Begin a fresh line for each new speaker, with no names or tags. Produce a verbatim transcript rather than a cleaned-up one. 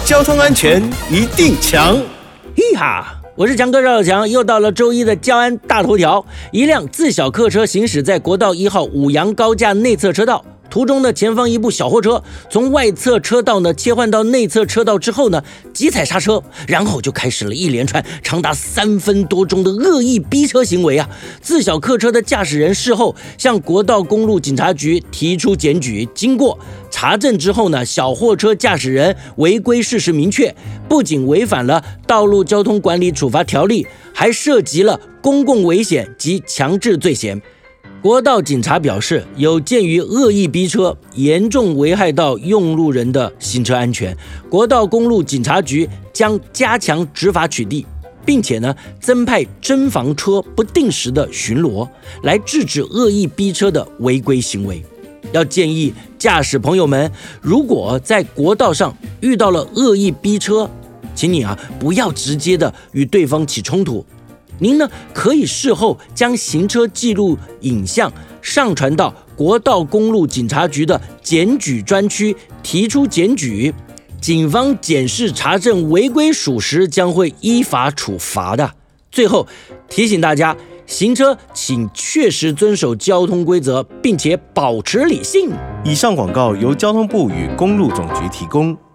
交通安全一定强。
嘿哈，我是强哥赵小强，又到了周一的交安大头条。一辆自小客车行驶在国道一号五羊高架内侧车道。途中的前方一部小货车从外侧车道呢切换到内侧车道之后呢，急踩刹车，然后就开始了一连串长达三分多钟的恶意逼车行为啊！自小客车的驾驶人事后向国道公路警察局提出检举，经过查证之后呢，小货车驾驶人违规事实明确，不仅违反了道路交通管理处罚条例，还涉及了公共危险及强制罪嫌。国道警察表示，有鉴于恶意逼车严重危害到用路人的行车安全，国道公路警察局将加强执法取缔，并且呢增派侦防车不定时的巡逻，来制止恶意逼车的违规行为。要建议驾驶朋友们，如果在国道上遇到了恶意逼车，请你啊不要直接的与对方起冲突。您呢可以事后将行车记录影像上传到国道公路警察局的检举专区提出检举，警方检视查证违规属实，将会依法处罚的。最后提醒大家，行车请确实遵守交通规则，并且保持理性。
以上广告由交通部与公路总局提供。